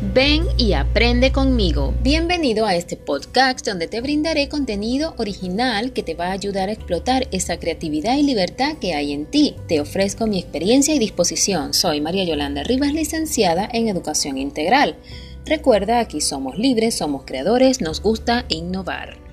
Ven y aprende conmigo. Bienvenido a este podcast donde te brindaré contenido original que te va a ayudar a explotar esa creatividad y libertad que hay en ti. Te ofrezco mi experiencia y disposición. Soy María Yolanda Rivas, licenciada en Educación Integral. Recuerda, aquí somos libres, somos creadores, nos gusta innovar.